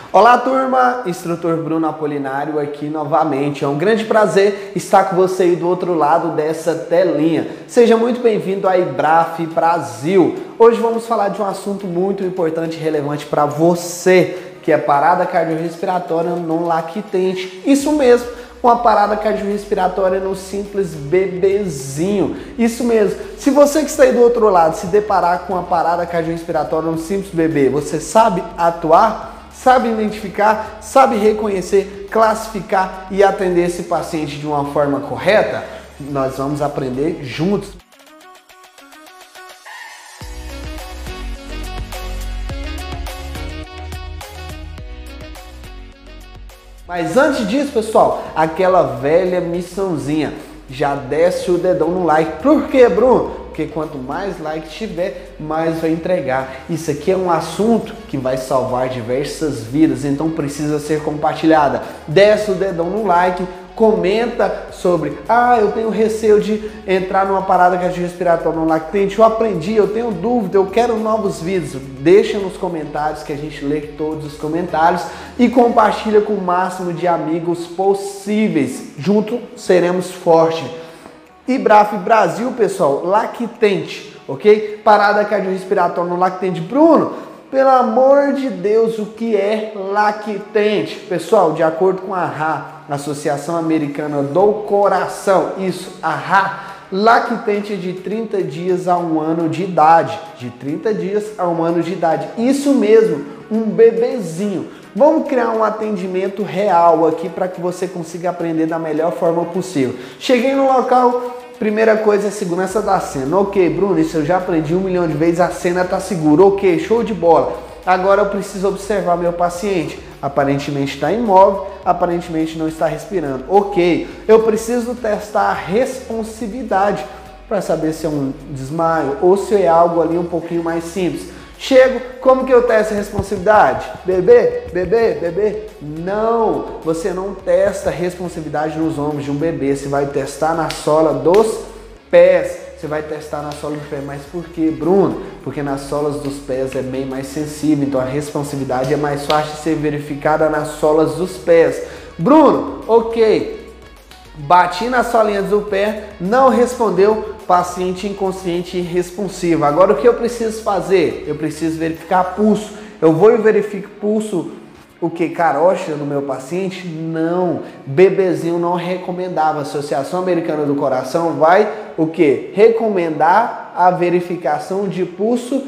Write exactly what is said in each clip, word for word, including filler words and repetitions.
Olá turma, instrutor Bruno Apolinário aqui novamente. É um grande prazer estar com você aí do outro lado dessa telinha. Seja muito bem-vindo à IBRAF Brasil. Hoje vamos falar de um assunto muito importante e relevante para você, que é parada cardiorrespiratória não lactente. Isso mesmo, uma parada cardiorrespiratória no simples bebezinho. Isso mesmo. Se você que está aí do outro lado se deparar com uma parada cardiorrespiratória no simples bebê, você sabe atuar? Sabe identificar, sabe reconhecer, classificar e atender esse paciente de uma forma correta? Nós vamos aprender juntos. Mas antes disso, pessoal, aquela velha missãozinha, já desce o dedão no like. Por quê, Bruno? Porque quanto mais like tiver, mais vai entregar. Isso aqui é um assunto que vai salvar diversas vidas, então precisa ser compartilhada. Desce o dedão no like, comenta sobre, ah, eu tenho receio de entrar numa parada cardiorrespiratória não lactente, eu aprendi, eu tenho dúvida, eu quero novos vídeos. Deixa nos comentários que a gente lê todos os comentários e compartilha com o máximo de amigos possíveis. Juntos seremos fortes. IBRAF Brasil, pessoal, lactente, ok? Parada cardiorrespiratória não lactente. Bruno, pelo amor de Deus, o que é lactente? Pessoal, de acordo com a A H A, Associação Americana do Coração, isso, a A H A, lactente é de trinta dias a um ano de idade. De trinta dias a um ano de idade. Isso mesmo, um bebezinho. Vamos criar um atendimento real aqui para que você consiga aprender da melhor forma possível. Cheguei no local, primeira coisa é a segurança da cena. Ok, Bruno, isso eu já aprendi um milhão de vezes, a cena está segura. Ok, show de bola. Agora eu preciso observar meu paciente. Aparentemente está imóvel, aparentemente não está respirando. Ok, eu preciso testar a responsividade para saber se é um desmaio ou se é algo ali um pouquinho mais simples. Chego, como que eu testo a responsividade? Bebê, bebê, bebê? Não, você não testa a responsividade nos ombros de um bebê, você vai testar na sola dos pés. Você vai testar na sola do pé, mas por quê, Bruno? Porque nas solas dos pés é bem mais sensível, então a responsividade é mais fácil de ser verificada nas solas dos pés. Bruno, ok, bati nas solinhas do pé, não respondeu, paciente inconsciente e irresponsivo. Agora o que eu preciso fazer? Eu preciso verificar pulso. Eu vou e verifico pulso. O que? Carótida no meu paciente? Não. Bebezinho não recomendava. A Associação Americana do Coração vai o que? Recomendar a verificação de pulso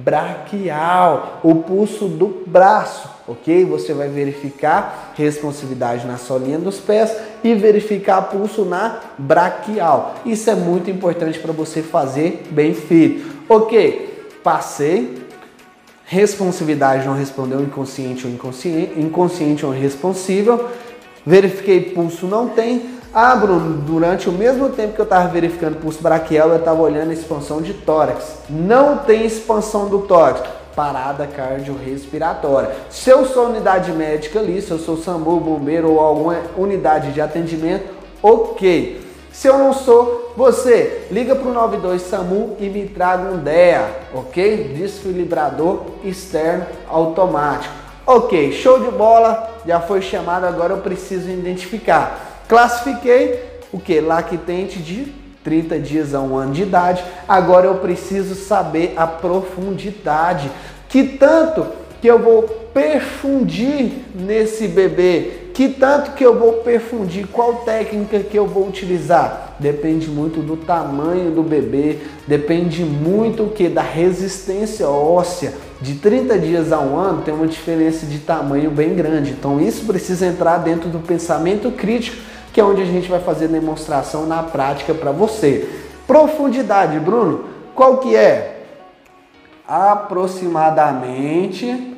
braquial, o pulso do braço, ok? Você vai verificar responsividade na solinha dos pés e verificar pulso na braquial. Isso é muito importante para você fazer bem feito. Ok, passei. Responsividade não respondeu, inconsciente ou inconsciente, inconsciente ou irresponsível. Verifiquei pulso, não tem. Ah, Bruno, durante o mesmo tempo que eu estava verificando pulso braquial, eu estava olhando a expansão de tórax. Não tem expansão do tórax. Parada cardiorrespiratória. Se eu sou unidade médica ali, se eu sou SAMU, bombeiro ou alguma unidade de atendimento, ok. Se eu não sou, você liga para o nove dois SAMU e me traga um D E A, ok? Desfibrilador externo automático. Ok, show de bola, já foi chamado, agora eu preciso identificar. Classifiquei o que? Lactente de trinta dias a um ano de idade. Agora eu preciso saber a profundidade. Que tanto que eu vou perfundir nesse bebê? Que tanto que eu vou perfundir? Qual técnica que eu vou utilizar? Depende muito do tamanho do bebê, depende muito o que? Da resistência óssea. De trinta dias a um ano tem uma diferença de tamanho bem grande. Então isso precisa entrar dentro do pensamento crítico, que é onde a gente vai fazer demonstração na prática para você. Profundidade, Bruno, qual que é? Aproximadamente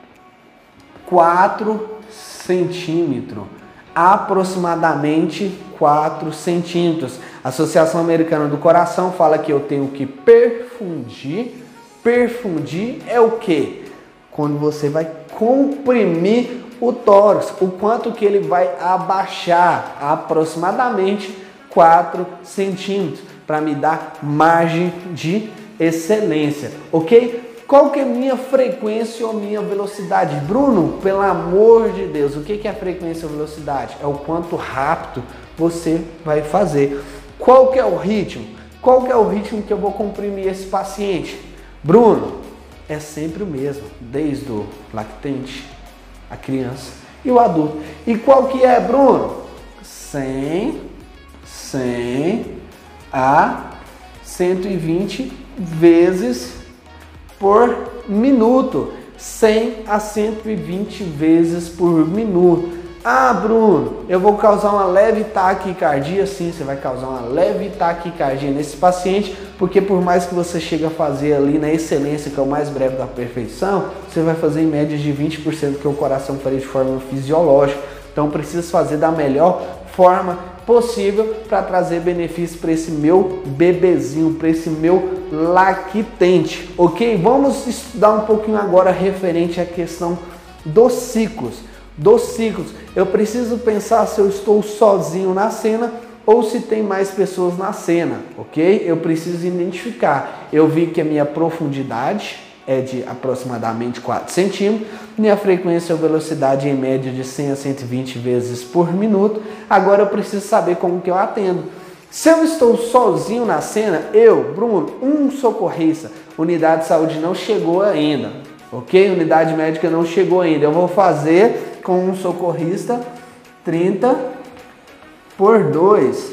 quatro centímetros. Aproximadamente quatro centímetros. A Associação Americana do Coração fala que eu tenho que perfundir. Perfundir é o quê? Quando você vai comprimir o tórax, o quanto que ele vai abaixar, aproximadamente quatro centímetros, para me dar margem de excelência, ok? Qual que é minha frequência ou minha velocidade? Bruno, pelo amor de Deus, o que é frequência ou velocidade? É o quanto rápido você vai fazer. Qual que é o ritmo? Qual que é o ritmo que eu vou comprimir esse paciente? Bruno, é sempre o mesmo, desde o lactente, a criança e o adulto. E qual que é, Bruno? cem, cem a cento e vinte vezes por minuto. cem a cento e vinte vezes por minuto. Ah, Bruno, eu vou causar uma leve taquicardia. Sim, você vai causar uma leve taquicardia nesse paciente, porque por mais que você chegue a fazer ali na excelência, que é o mais breve da perfeição, você vai fazer em média de vinte por cento que o coração faria de forma fisiológica. Então precisa fazer da melhor forma possível para trazer benefício para esse meu bebezinho, para esse meu lactente, ok? Vamos estudar um pouquinho agora referente à questão dos ciclos. Dos ciclos, eu preciso pensar se eu estou sozinho na cena ou se tem mais pessoas na cena, ok? Eu preciso identificar. Eu vi que a minha profundidade é de aproximadamente quatro centímetros, minha frequência ou velocidade em média de cem a cento e vinte vezes por minuto. Agora eu preciso saber como que eu atendo. Se eu estou sozinho na cena, eu, Bruno, um socorrista, unidade de saúde não chegou ainda, ok? Unidade médica não chegou ainda. Eu vou fazer com um socorrista trinta por dois.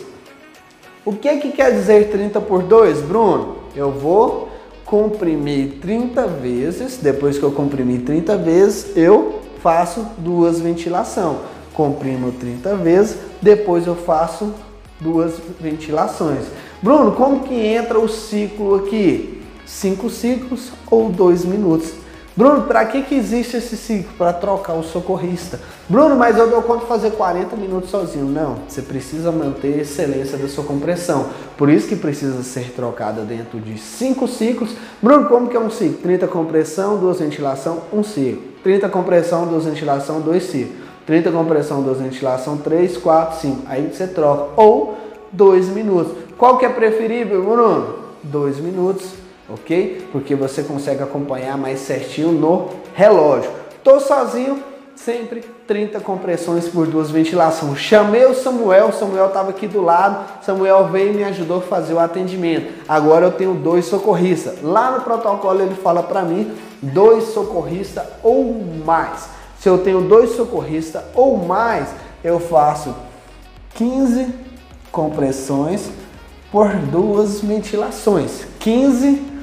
O que que quer dizer trinta por dois, Bruno? Eu vou comprimir trinta vezes, depois que eu comprimir trinta vezes, eu faço duas ventilações. Comprimo trinta vezes, depois eu faço duas ventilações. Bruno, como que entra o ciclo aqui? Cinco ciclos ou dois minutos. Bruno, para que que existe esse ciclo? Para trocar o socorrista. Bruno, mas eu dou conta de fazer quarenta minutos sozinho. Não, você precisa manter a excelência da sua compressão. Por isso que precisa ser trocada dentro de cinco ciclos. Bruno, como que é um ciclo? trinta compressão, duas ventilação, um ciclo. trinta compressão, duas ventilação, dois ciclos. trinta compressão, duas ventilação, três, quatro, cinco. Aí você troca. Ou dois minutos. Qual que é preferível, Bruno? dois minutos. Ok? Porque você consegue acompanhar mais certinho no relógio. Tô sozinho, sempre trinta compressões por duas ventilações. Chamei o Samuel, o Samuel estava aqui do lado, Samuel veio e me ajudou a fazer o atendimento. Agora eu tenho dois socorristas. Lá no protocolo ele fala para mim, dois socorristas ou mais. Se eu tenho dois socorristas ou mais, eu faço quinze compressões por duas ventilações. quinze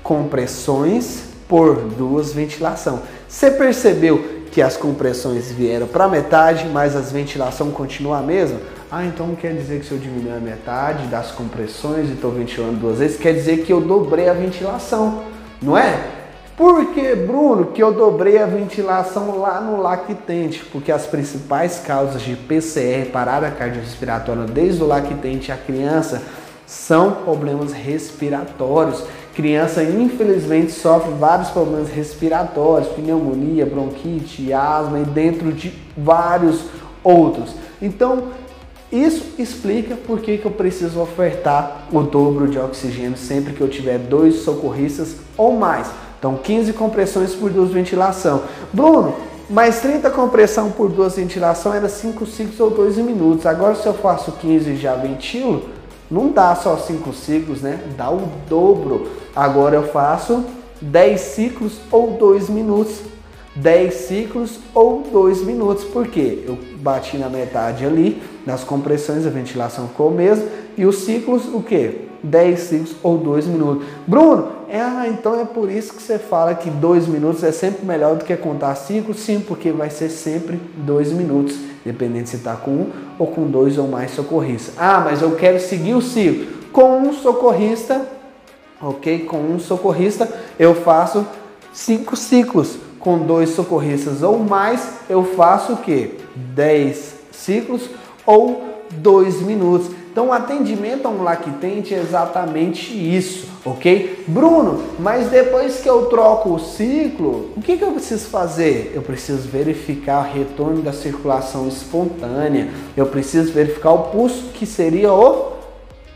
compressões por duas ventilações. Você percebeu que as compressões vieram para metade, mas as ventilações continuam a mesma? Ah, então não quer dizer que se eu diminuir a metade das compressões e estou ventilando duas vezes, quer dizer que eu dobrei a ventilação, não é? Por que, Bruno, que eu dobrei a ventilação lá no lactente? Porque as principais causas de P C R, parada cardiorrespiratória, desde o lactente à criança, são problemas respiratórios. Criança, infelizmente, sofre vários problemas respiratórios, pneumonia, bronquite, asma e dentro de vários outros. Então, isso explica por que que eu preciso ofertar o dobro de oxigênio sempre que eu tiver dois socorristas ou mais. Então, quinze compressões por duas ventilação. Bruno, mas trinta compressão por duas ventilação era cinco ciclos ou dois minutos. Agora, se eu faço quinze e já ventilo, não dá só cinco ciclos, né? Dá o dobro. Agora eu faço dez ciclos ou dois minutos. dez ciclos ou dois minutos. Por quê? Eu bati na metade ali, nas compressões, a ventilação ficou o mesmo. E os ciclos, o quê? dez ciclos ou dois minutos. Bruno, é, ah, então é por isso que você fala que dois minutos é sempre melhor do que contar ciclos? Sim, porque vai ser sempre dois minutos. Dependendo se está com um ou com dois ou mais socorristas. Ah, mas eu quero seguir o ciclo. Com um socorrista, ok? Com um socorrista eu faço cinco ciclos. Com dois socorristas ou mais eu faço o quê? dez ciclos ou dois minutos. Então o atendimento a um lactente é exatamente isso, ok? Bruno, mas depois que eu troco o ciclo, o que que eu preciso fazer? Eu preciso verificar o retorno da circulação espontânea, eu preciso verificar o pulso, que seria o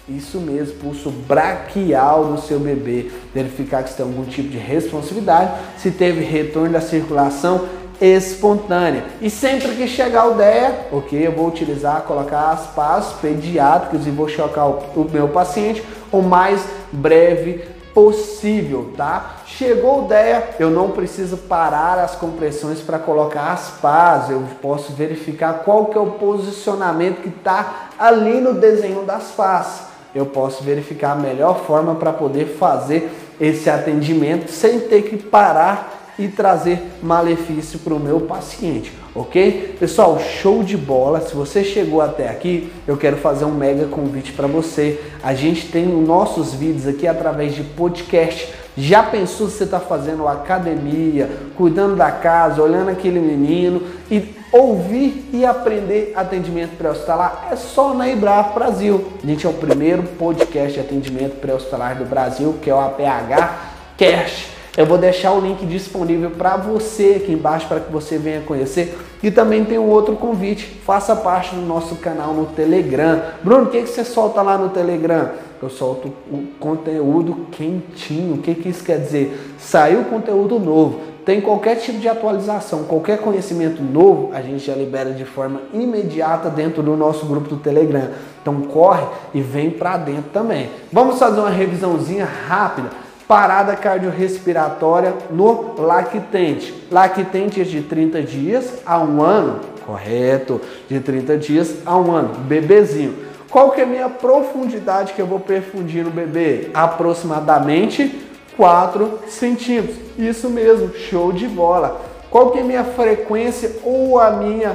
Isso mesmo, pulso braquial do seu bebê. Verificar que se tem algum tipo de responsividade, se teve retorno da circulação espontânea. E sempre que chegar o D E A, ok, eu vou utilizar, colocar as pás pediátricas e vou chocar o, o meu paciente o mais breve possível, tá? Chegou o D E A, eu não preciso parar as compressões para colocar as pás, eu posso verificar qual que é o posicionamento que está ali no desenho das pás. Eu posso verificar a melhor forma para poder fazer esse atendimento sem ter que parar e trazer malefício para o meu paciente, ok? Pessoal, show de bola! Se você chegou até aqui, eu quero fazer um mega convite para você. A gente tem os nossos vídeos aqui através de podcast. Já pensou se você está fazendo academia, cuidando da casa, olhando aquele menino e ouvir e aprender atendimento pré-hospitalar? É só na Embrapa Brasil. A gente é o primeiro podcast de atendimento pré-hospitalar do Brasil, que é o A P H Cast. Eu vou deixar o link disponível para você aqui embaixo para que você venha conhecer. E também tem um outro convite, faça parte do nosso canal no Telegram. Bruno, o que, que você solta lá no Telegram? Eu solto o conteúdo quentinho. O que, que isso quer dizer? Saiu conteúdo novo, tem qualquer tipo de atualização, qualquer conhecimento novo, a gente já libera de forma imediata dentro do nosso grupo do Telegram. Então corre e vem para dentro também. Vamos fazer uma revisãozinha rápida. Parada cardiorrespiratória no lactente. Lactente de trinta dias a um ano, correto? De trinta dias a um ano, bebezinho. Qual que é a minha profundidade que eu vou perfundir no bebê? Aproximadamente quatro centímetros. Isso mesmo, show de bola. Qual que é a minha frequência ou a minha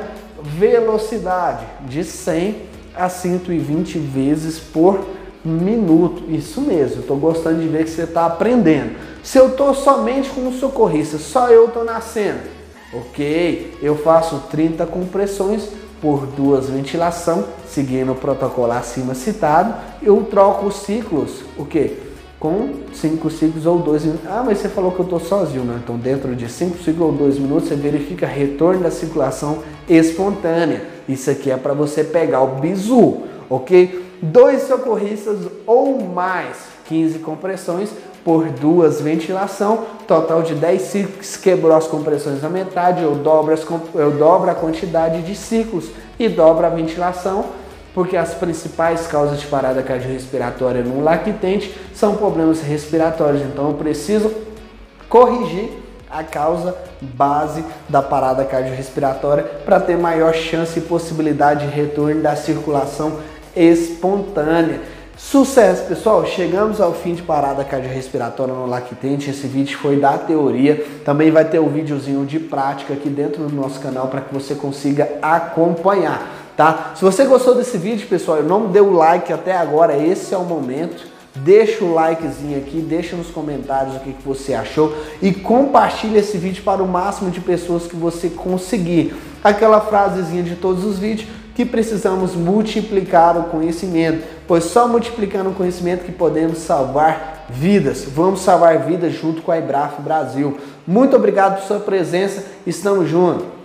velocidade? De cem a cento e vinte vezes por minuto. Isso mesmo, estou gostando de ver que você está aprendendo. Se eu estou somente com um socorrista, só eu estou nascendo, ok, eu faço trinta compressões por duas ventilação, seguindo o protocolo acima citado. Eu troco os ciclos, o que? Com cinco ciclos ou dois minutos. Ah, mas você falou que eu estou sozinho, né? Então dentro de cinco ciclos ou dois minutos você verifica retorno da circulação espontânea. Isso aqui é para você pegar o bizu, ok? Dois socorristas ou mais, quinze compressões por duas ventilação, total de dez ciclos. Quebrou as compressões na metade, eu dobro, as, eu dobro a quantidade de ciclos e dobro a ventilação, porque as principais causas de parada cardiorrespiratória no lactente são problemas respiratórios. Então eu preciso corrigir a causa base da parada cardiorrespiratória para ter maior chance e possibilidade de retorno da circulação espontânea. Sucesso, pessoal! Chegamos ao fim de parada cardiorrespiratória no lactente. Esse vídeo foi da teoria. Também vai ter um videozinho de prática aqui dentro do nosso canal para que você consiga acompanhar, tá? Se você gostou desse vídeo, pessoal, e não deu like até agora, esse é o momento. Deixa o likezinho aqui, deixa nos comentários o que, que você achou e compartilha esse vídeo para o máximo de pessoas que você conseguir. Aquela frasezinha de todos os vídeos, que precisamos multiplicar o conhecimento, pois só multiplicando o conhecimento que podemos salvar vidas. Vamos salvar vidas junto com a Embrapa Brasil. Muito obrigado por sua presença, estamos juntos.